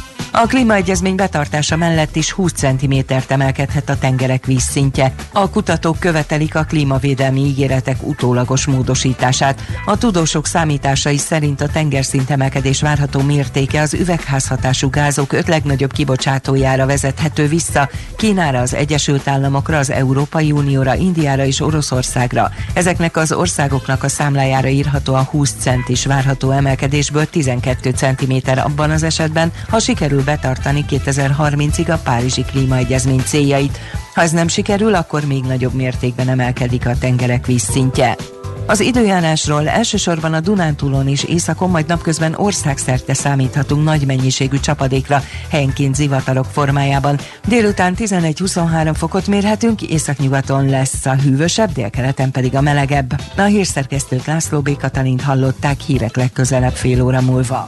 A klímaegyezmény betartása mellett is húsz centimétert emelkedhet a tengerek vízszintje. A kutatók követelik a klímavédelmi ígéretek utólagos módosítását. A tudósok számításai szerint a tengerszint emelkedés várható mértéke az üvegházhatású gázok öt legnagyobb kibocsátójára vezethető vissza: Kínára, az Egyesült Államokra, az Európai Unióra, Indiára és Oroszországra. Ezeknek az országoknak a számlájára írható a húsz centis várható emelkedésből tizenkét centiméter abban az esetben, ha sikerül betartani kétezer-harmincig a Párizsi Klímaegyezmény céljait. Ha ez nem sikerül, akkor még nagyobb mértékben emelkedik a tengerek vízszintje. Az időjárásról: elsősorban a Dunántúlon és északon, majd napközben országszerte számíthatunk nagy mennyiségű csapadékra, helyenként zivatarok formájában. Délután tizenegy-huszonhárom fokot mérhetünk, északnyugaton lesz a hűvösebb, délkeleten pedig a melegebb. A hírszerkesztőt, László B. Katalint hallották, hírek legközelebb fél óra múlva.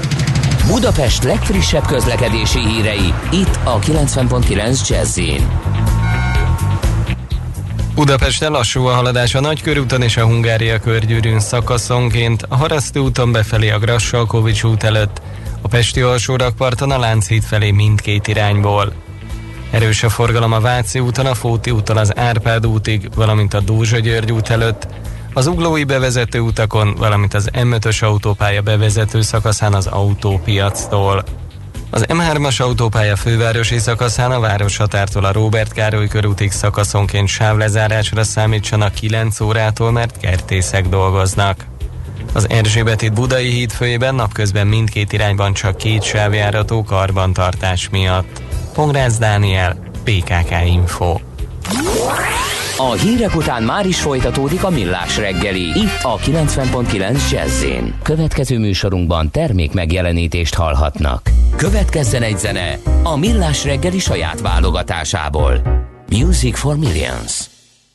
Budapest legfrissebb közlekedési hírei, itt a kilencven pont kilenc Jazz-in. Budapesten lassú a haladás a Nagykörúton és a Hungária körgyűrűn szakaszonként, a Haraszti úton befelé a Grassalkovich út előtt, a Pesti alsórakparton a Lánchíd felé mindkét irányból. Erős a forgalom a Váci úton, a Fóti úton az Árpád útig, valamint a Dózsa-György út előtt, az Uglói bevezető utakon, valamint az em ötös autópálya bevezető szakaszán az autópiactól. Az em hármas autópálya fővárosi szakaszán a városhatártól a Róbert Károly körútig szakaszonként sávlezárásra számítsanak kilenc órától, mert kertészek dolgoznak. Az Erzsébet híd Budai híd főjében napközben mindkét irányban csak két sávjárató karbantartás miatt. Pongrácz Dániel, bé ká ká Info. A hírek után már is folytatódik a Millás reggeli, itt a kilencven pont kilenc Jazz-in. Következő műsorunkban termék megjelenítést hallhatnak. Következzen egy zene a Millás reggeli saját válogatásából. Music for Millions.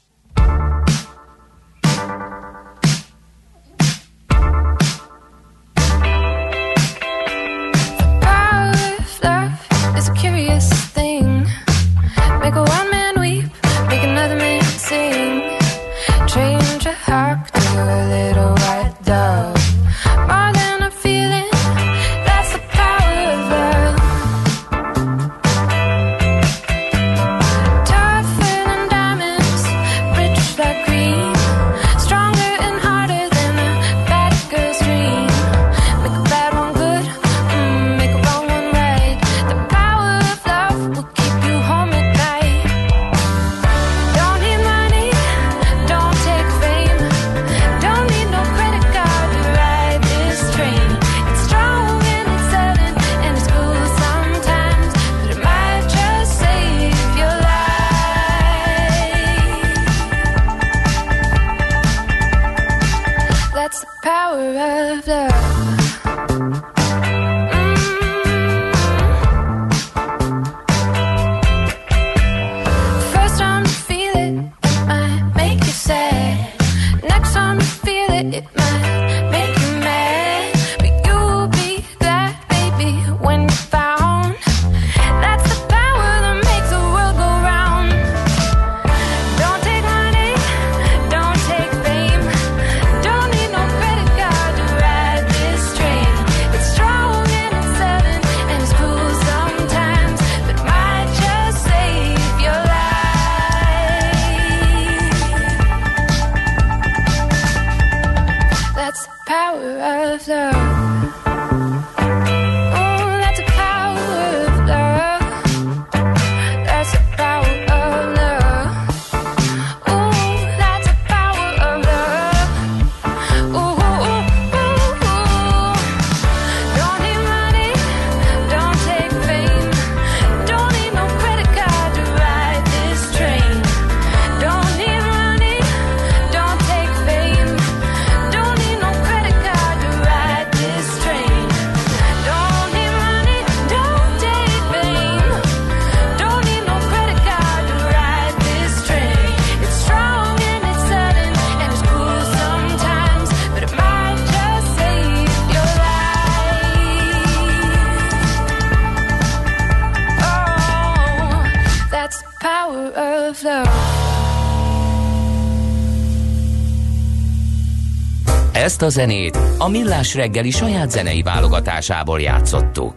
Ezt a zenét a Millás reggeli saját zenei válogatásából játszottuk.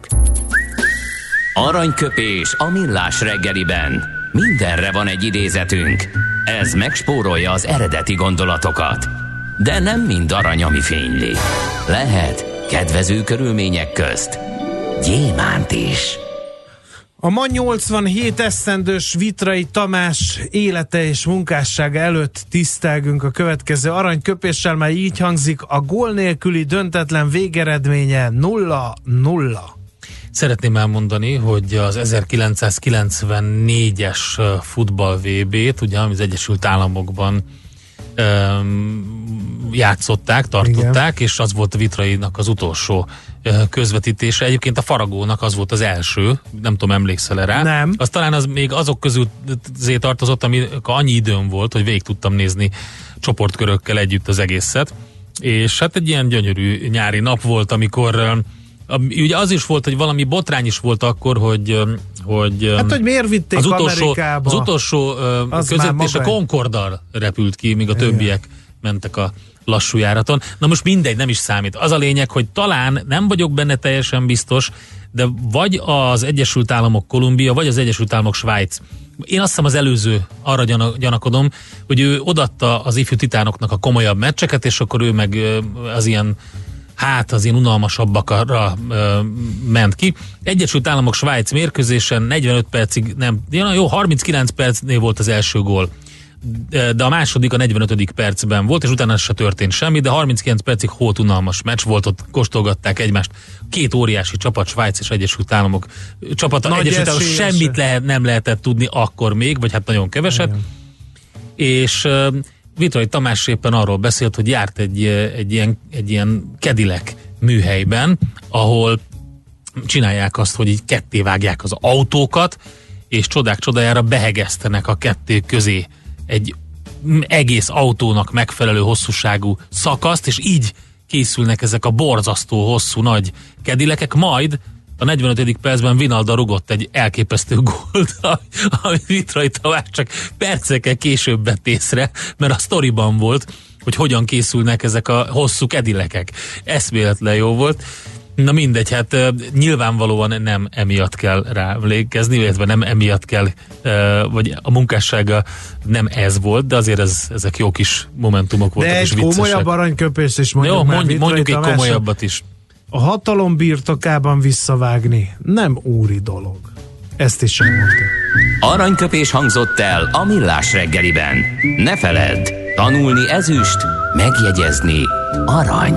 Aranyköpés a Millás reggeliben. Mindenre van egy idézetünk. Ez megspórolja az eredeti gondolatokat. De nem mind arany, ami fényli. Lehet kedvező körülmények közt gyémánt is. A ma nyolcvanhét esztendős Vitrai Tamás élete és munkássága előtt tisztelgünk a következő aranyköpéssel, mely így hangzik: a gól nélküli döntetlen végeredménye nulla nulla. Szeretném elmondani, hogy az ezerkilencszázkilencvennégyes futball vé bét, ugye, ami az Egyesült Államokban um, játszották, tartották, igen. És az volt a Vitrainak az utolsó közvetítése. Egyébként a Faragónak az volt az első, nem tudom, emlékszel rá? Nem. Az talán az még azok közül tartozott, amikor annyi időm volt, hogy végig tudtam nézni csoportkörökkel együtt az egészet. És hát egy ilyen gyönyörű nyári nap volt, amikor ugye az is volt, hogy valami botrány is volt akkor, hogy hogy, hát, hogy miért vitték az utolsó, Amerikába? Az utolsó közvetítés a Concorde repült ki, míg a többiek igen. mentek a lassú járaton. Na most mindegy, nem is számít. Az a lényeg, hogy talán nem vagyok benne teljesen biztos, de vagy az Egyesült Államok Kolumbia, vagy az Egyesült Államok Svájc. Én azt hiszem az előző, arra gyanakodom, hogy ő odatta az ifjú titánoknak a komolyabb meccseket, és akkor ő meg az ilyen, hát az ilyen unalmasabbakra ö, ment ki. Egyesült Államok Svájc mérkőzésen negyvenöt percig, nem, jó, harminckilenc percnél volt az első gól. De a második a negyvenötödik percben volt, és utána se történt semmi, de harminckilenc percig hót unalmas meccs volt, ott kóstolgatták egymást. Két óriási csapat, Svájc és Egyesült Államok csapata. Nagy Egyesült Államok semmit lehet, nem lehetett tudni akkor még, vagy hát nagyon keveset. Igen. És uh, Vitrai Tamás éppen arról beszélt, hogy járt egy, egy ilyen, egy ilyen Cadillac műhelyben, ahol csinálják azt, hogy így ketté vágják az autókat, és csodák csodájára behegesztenek a kettő közé egy egész autónak megfelelő hosszúságú szakaszt, és így készülnek ezek a borzasztó hosszú nagy Cadillacek, majd a negyvenötödik percben Vinalda rugott egy elképesztő gólt, ami Vitrai Tamás csak percekkel később vett észre, mert a sztoriban volt, hogy hogyan készülnek ezek a hosszú Cadillacek. Eszméletlen jó volt. Na mindegy, hát uh, nyilvánvalóan nem emiatt kell rá emlékezni, illetve nem emiatt kell, uh, vagy a munkássága nem ez volt, de azért ez, ezek jó kis momentumok voltak, de és viccesek. De egy komolyabb aranyköpést is mondjuk jó, már mondj, mondjuk egy komolyabbat is. A hatalom birtokában visszavágni nem úri dolog. Ezt is sem mondta. Aranyköpés hangzott el a Millás reggeliben. Ne feledd, tanulni ezüst, megjegyezni arany.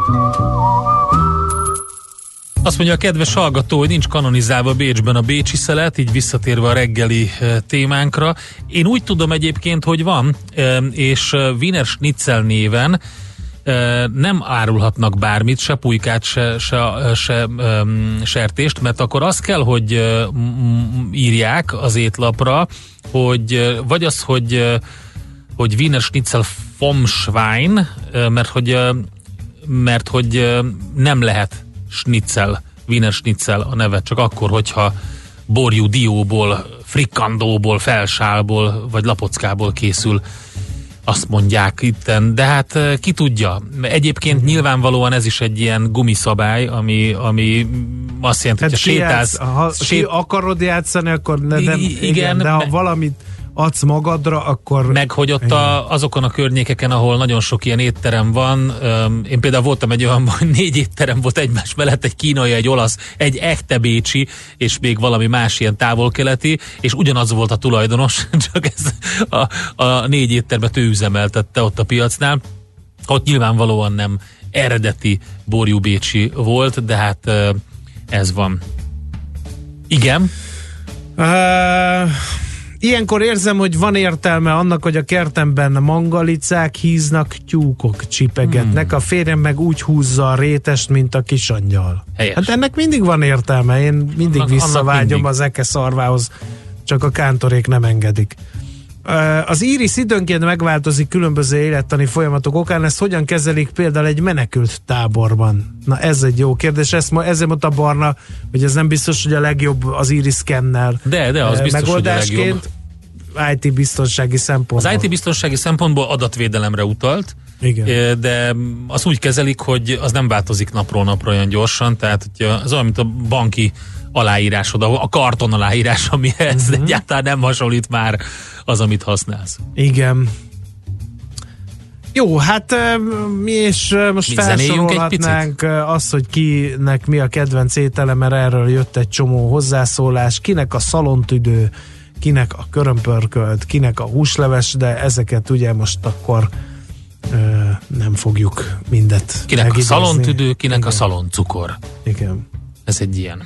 Azt mondja a kedves hallgató, hogy nincs kanonizálva Bécsben a bécsi szelet, így visszatérve a reggeli e, témánkra. Én úgy tudom egyébként, hogy van, e, és Wiener Schnitzel néven e, nem árulhatnak bármit, se pulykát, se, se, se e, sertést, mert akkor azt kell, hogy e, írják az étlapra, hogy e, vagy az, hogy, e, hogy Wiener Schnitzel vom Schwein, e, mert hogy, e, mert hogy e, nem lehet Schnitzel, Wiener Schnitzel a neve, csak akkor, hogyha borjú dióból, frikkandóból, felsálból, vagy lapockából készül, azt mondják itten, de hát ki tudja. Egyébként nyilvánvalóan ez is egy ilyen gumiszabály, ami, ami azt jelenti, hát hogy sétálsz... Ha sét... akarod játszani, akkor ne, nem, igen, igen, de ha me... valamit adsz magadra, akkor... Meg, hogy ott a, azokon a környékeken, ahol nagyon sok ilyen étterem van, um, én például voltam egy olyan, hogy négy étterem volt egymás mellett, egy kínai, egy olasz, egy echte bécsi, és még valami más ilyen távol-keleti, és ugyanaz volt a tulajdonos, csak ez a, a négy éttermet ő üzemeltette ott a piacnál. Ott nyilvánvalóan nem eredeti borjú bécsi volt, de hát uh, ez van. Igen? Uh... Ilyenkor érzem, hogy van értelme annak, hogy a kertemben mangalicák híznak, tyúkok csipegetnek, hmm. a férjem meg úgy húzza a rétest, mint a kisangyal. Helyes. Hát ennek mindig van értelme, én mindig annak, visszavágyom annak az eke szarvához, csak a kántorék nem engedik. Az íris időnként megváltozik különböző élettani folyamatok okán, ezt hogyan kezelik például egy menekült táborban? Na ez egy jó kérdés, ezt, ezért mondta Barna, hogy ez nem biztos, hogy a legjobb az íris szkennel de, de az biztos, megoldásként, hogy a legjobb. í té biztonsági szempontból. Az í té biztonsági szempontból adatvédelemre utalt, igen. De azt úgy kezelik, hogy az nem változik napról napra olyan gyorsan, tehát az olyan, mint a banki aláírásod, a karton aláírás, amihez uh-huh. egyáltalán nem hasonlít már az, amit használsz. Igen. Jó, hát mi is most mi felsorolhatnánk azt, hogy kinek mi a kedvenc étele, mert erről jött egy csomó hozzászólás, kinek a szalontüdő, kinek a körömpörkölt, kinek a húsleves, de ezeket ugye most akkor ö, nem fogjuk mindet kinek megidézni. A szalontüdő, kinek igen. A szaloncukor. Igen. Ez egy ilyen.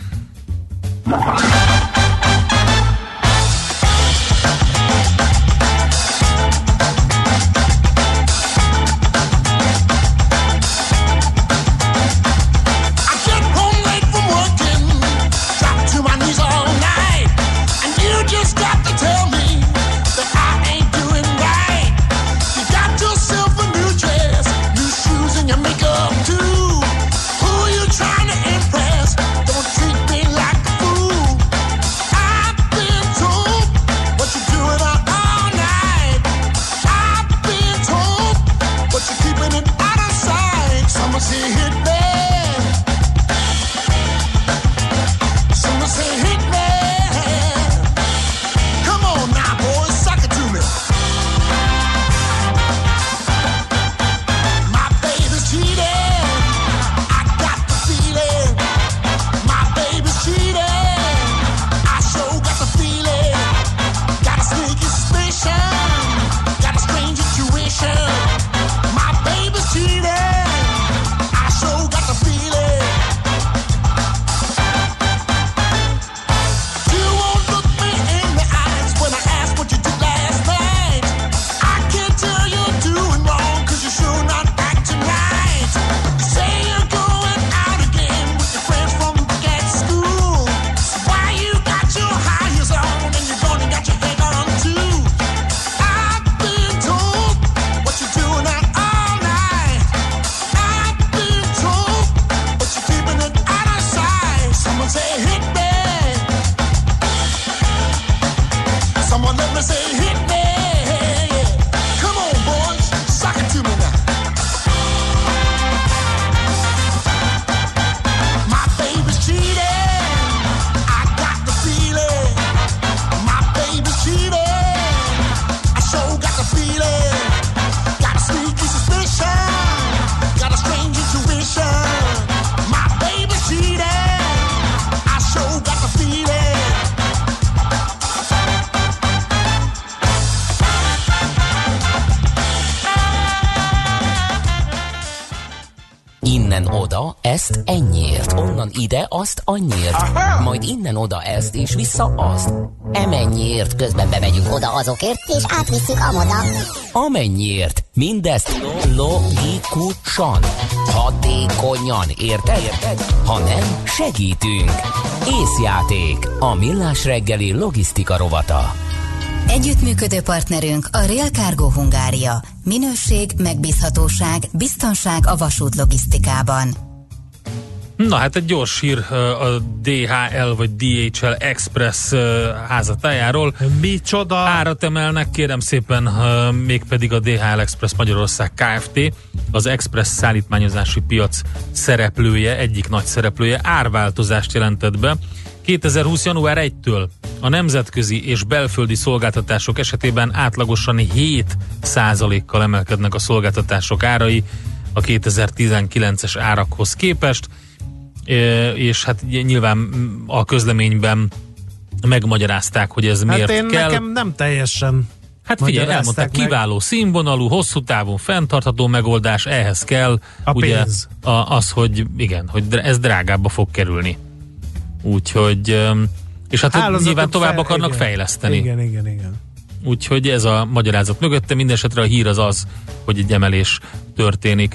Innen oda, ezt ennyiért. Onnan ide, azt annyiért. Majd innen oda ezt, és vissza azt. Emennyiért. Közben bemegyünk oda azokért, és átvisszük amoda. Amennyiért. Mindezt logikusan, hatékonyan, érted? Érted? Ha nem, segítünk. Észjáték. A Millás reggeli logisztika rovata. Együttműködő partnerünk a Rail Cargo Hungária. Minőség, megbízhatóság, biztonság a vasút logisztikában. Na hát egy gyors hír a dé há el vagy dé há el Express házatájáról. Micsoda? Árat emelnek, kérem szépen, mégpedig a dé há el Express Magyarország Kft. Az Express szállítmányozási piac szereplője, egyik nagy szereplője árváltozást jelentett be. kétezer-húsz. január elsejétől a nemzetközi és belföldi szolgáltatások esetében átlagosan hét százalékkal emelkednek a szolgáltatások árai a kétezer-tizenkilences árakhoz képest, és hát nyilván a közleményben megmagyarázták, hogy ez hát miért én kell. Nekem nem teljesen. Hát figyelj, elmondták, meg. Kiváló színvonalú, hosszú távon fenntartható megoldás, ehhez kell a ugye pénz. A, az, hogy igen, hogy ez drágábba fog kerülni. Úgyhogy, és hát Hálózatok nyilván tovább fel, akarnak igen. fejleszteni. Igen, igen, igen. Úgyhogy ez a magyarázat mögötte, mindenesetre a hír az az, hogy egy emelés történik.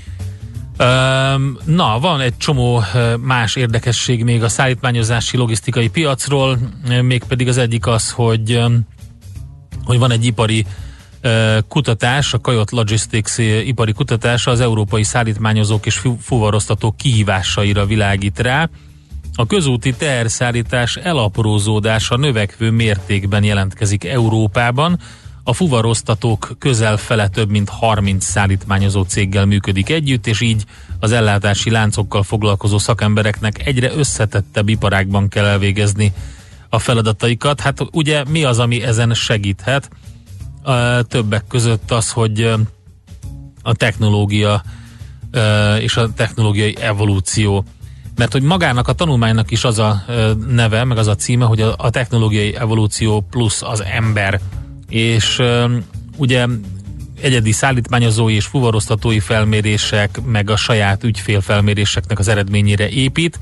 Na, van egy csomó más érdekesség még a szállítmányozási logisztikai piacról, mégpedig az egyik az, hogy, hogy van egy ipari kutatás, a Kajot Logistics ipari kutatása az európai szállítmányozók és fuvaroztatók kihívásaira világít rá. A közúti teherszállítás elaprózódása növekvő mértékben jelentkezik Európában. A fuvaroztatók közel fele több mint harminc szállítmányozó céggel működik együtt, és így az ellátási láncokkal foglalkozó szakembereknek egyre összetettebb iparágban kell elvégezni a feladataikat. Hát ugye mi az, ami ezen segíthet? Többek között az, hogy a technológia és a technológiai evolúció. Mert hogy magának a tanulmánynak is az a neve, meg az a címe, hogy a, a technológiai evolúció plusz az ember. És ugye egyedi szállítmányozói és fuvaroztatói felmérések, meg a saját ügyfélfelméréseknek az eredményére épít,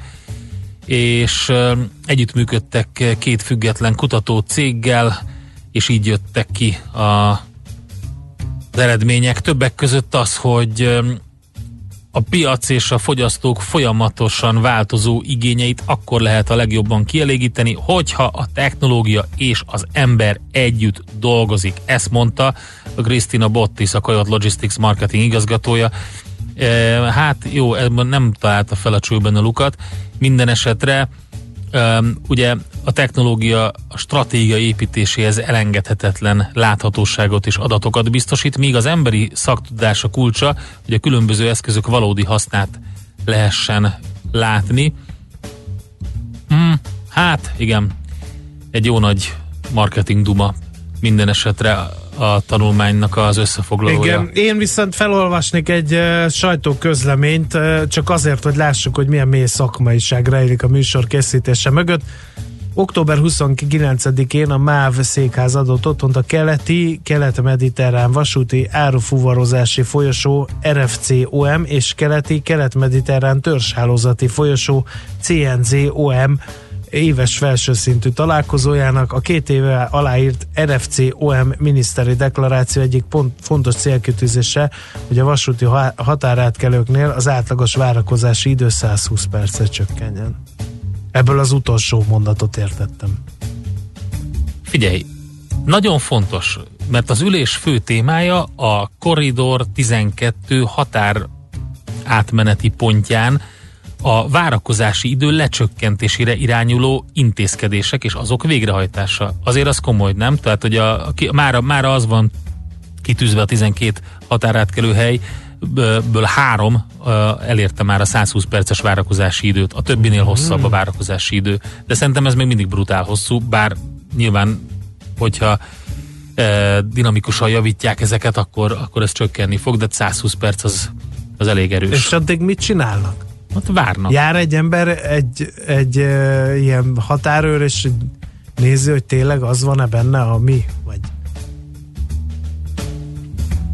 és együttműködtek két független kutató céggel, és így jöttek ki a, az eredmények. Többek között az, hogy a piac és a fogyasztók folyamatosan változó igényeit akkor lehet a legjobban kielégíteni, hogyha a technológia és az ember együtt dolgozik. Ezt mondta a Christina Bottis, a Kajot Logistics marketing igazgatója. E, hát jó, nem találta fel a csőben a lukat. Minden esetre e, ugye a technológia a stratégia építéséhez elengedhetetlen láthatóságot és adatokat biztosít, míg az emberi szaktudás a kulcsa, hogy a különböző eszközök valódi hasznát lehessen látni. Hmm, hát igen, egy jó nagy marketing duma minden esetre a tanulmánynak az összefoglalója. Igen, én viszont felolvasnék egy uh, sajtóközleményt, uh, csak azért, hogy lássuk, hogy milyen mély szakmaiság rejlik a műsor készítése mögött. október huszonkilencedikén a MÁV székház adott otthont a keleti, kelet-mediterrán vasúti árufuvarozási folyosó er ef cé o em és keleti, kelet-mediterrán törzshálózati folyosó cé en zé o em éves felsőszintű találkozójának. A két éve aláírt er ef cé o em miniszteri deklaráció egyik pont, fontos célkitűzése, hogy a vasúti határátkelőknél az átlagos várakozási idő száz húsz percre csökkenjen. Ebből az utolsó mondatot értettem. Figyelj, nagyon fontos, mert az ülés fő témája a Korridor tizenkettő határ átmeneti pontján a várakozási idő lecsökkentésére irányuló intézkedések és azok végrehajtása. Azért az komoly, nem? Tehát, hogy a, a, mára, mára az van kitűzve a tizenkét határátkelő hely, ből három uh, elérte már a száz húsz perces várakozási időt, a többinél hosszabb a várakozási idő, de szerintem ez még mindig brutál hosszú, bár nyilván, hogyha uh, dinamikusan javítják ezeket, akkor, akkor ez csökkenni fog, de száz húsz perc az, az elég erős. És addig mit csinálnak? Ott várnak. Jár egy ember egy, egy uh, ilyen határőr, és nézi, hogy tényleg az van-e benne, ami vagy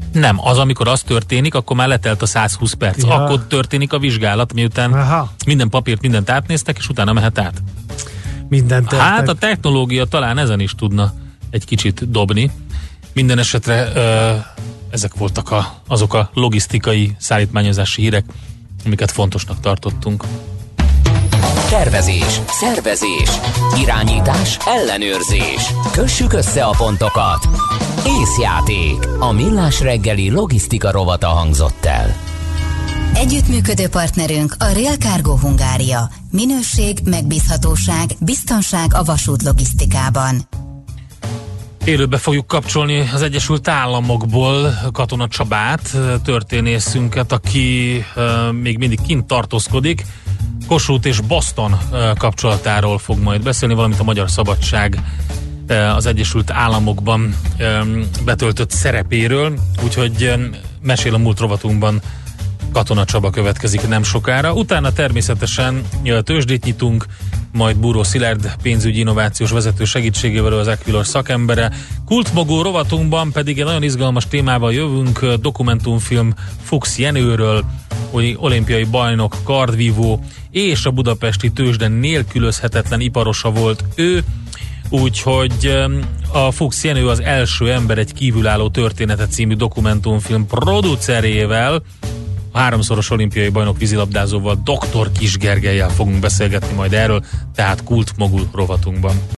Nem, az, amikor az történik, akkor már letelt a száz húsz perc. Ja. Akkor történik a vizsgálat, miután Aha. minden papírt, mindent átnéztek, és utána mehet át. Mindent Hát a technológia talán ezen is tudna egy kicsit dobni. Minden esetre ö, ezek voltak a, azok a logisztikai szállítmányozási hírek, amiket fontosnak tartottunk. Tervezés, szervezés, irányítás, ellenőrzés. Kössük össze a pontokat. Észjáték. A Millás reggeli logisztika rovata hangzott el. Együttműködő partnerünk a Rail Cargo Hungária. Minőség, megbízhatóság, biztonság a vasút logisztikában. Élőbe fogjuk kapcsolni az Egyesült Államokból Katona Csabát, történészünket, aki uh, még mindig kint tartózkodik. Kossuth és Boston uh, kapcsolatáról fog majd beszélni, valamint a Magyar Szabadság uh, az Egyesült Államokban um, betöltött szerepéről, úgyhogy um, mesél a múlt rovatunkban Katona Csaba következik nem sokára. Utána természetesen tőzsdét nyitunk, majd Búró Szilárd pénzügyi innovációs vezető segítségével az Equilos szakembere. Kultmogó rovatunkban pedig egy nagyon izgalmas témával jövünk, dokumentumfilm Fuchs Jenőről, olimpiai bajnok, kardvívó és a budapesti tőzsde nélkülözhetetlen iparosa volt ő, úgyhogy a Fuchs Jenő az első ember egy kívülálló története című dokumentumfilm producerével, a háromszoros olimpiai bajnok vízilabdázóval, doktor Kis Gergellyel fogunk beszélgetni majd erről, tehát Kultmogul rovatunkban.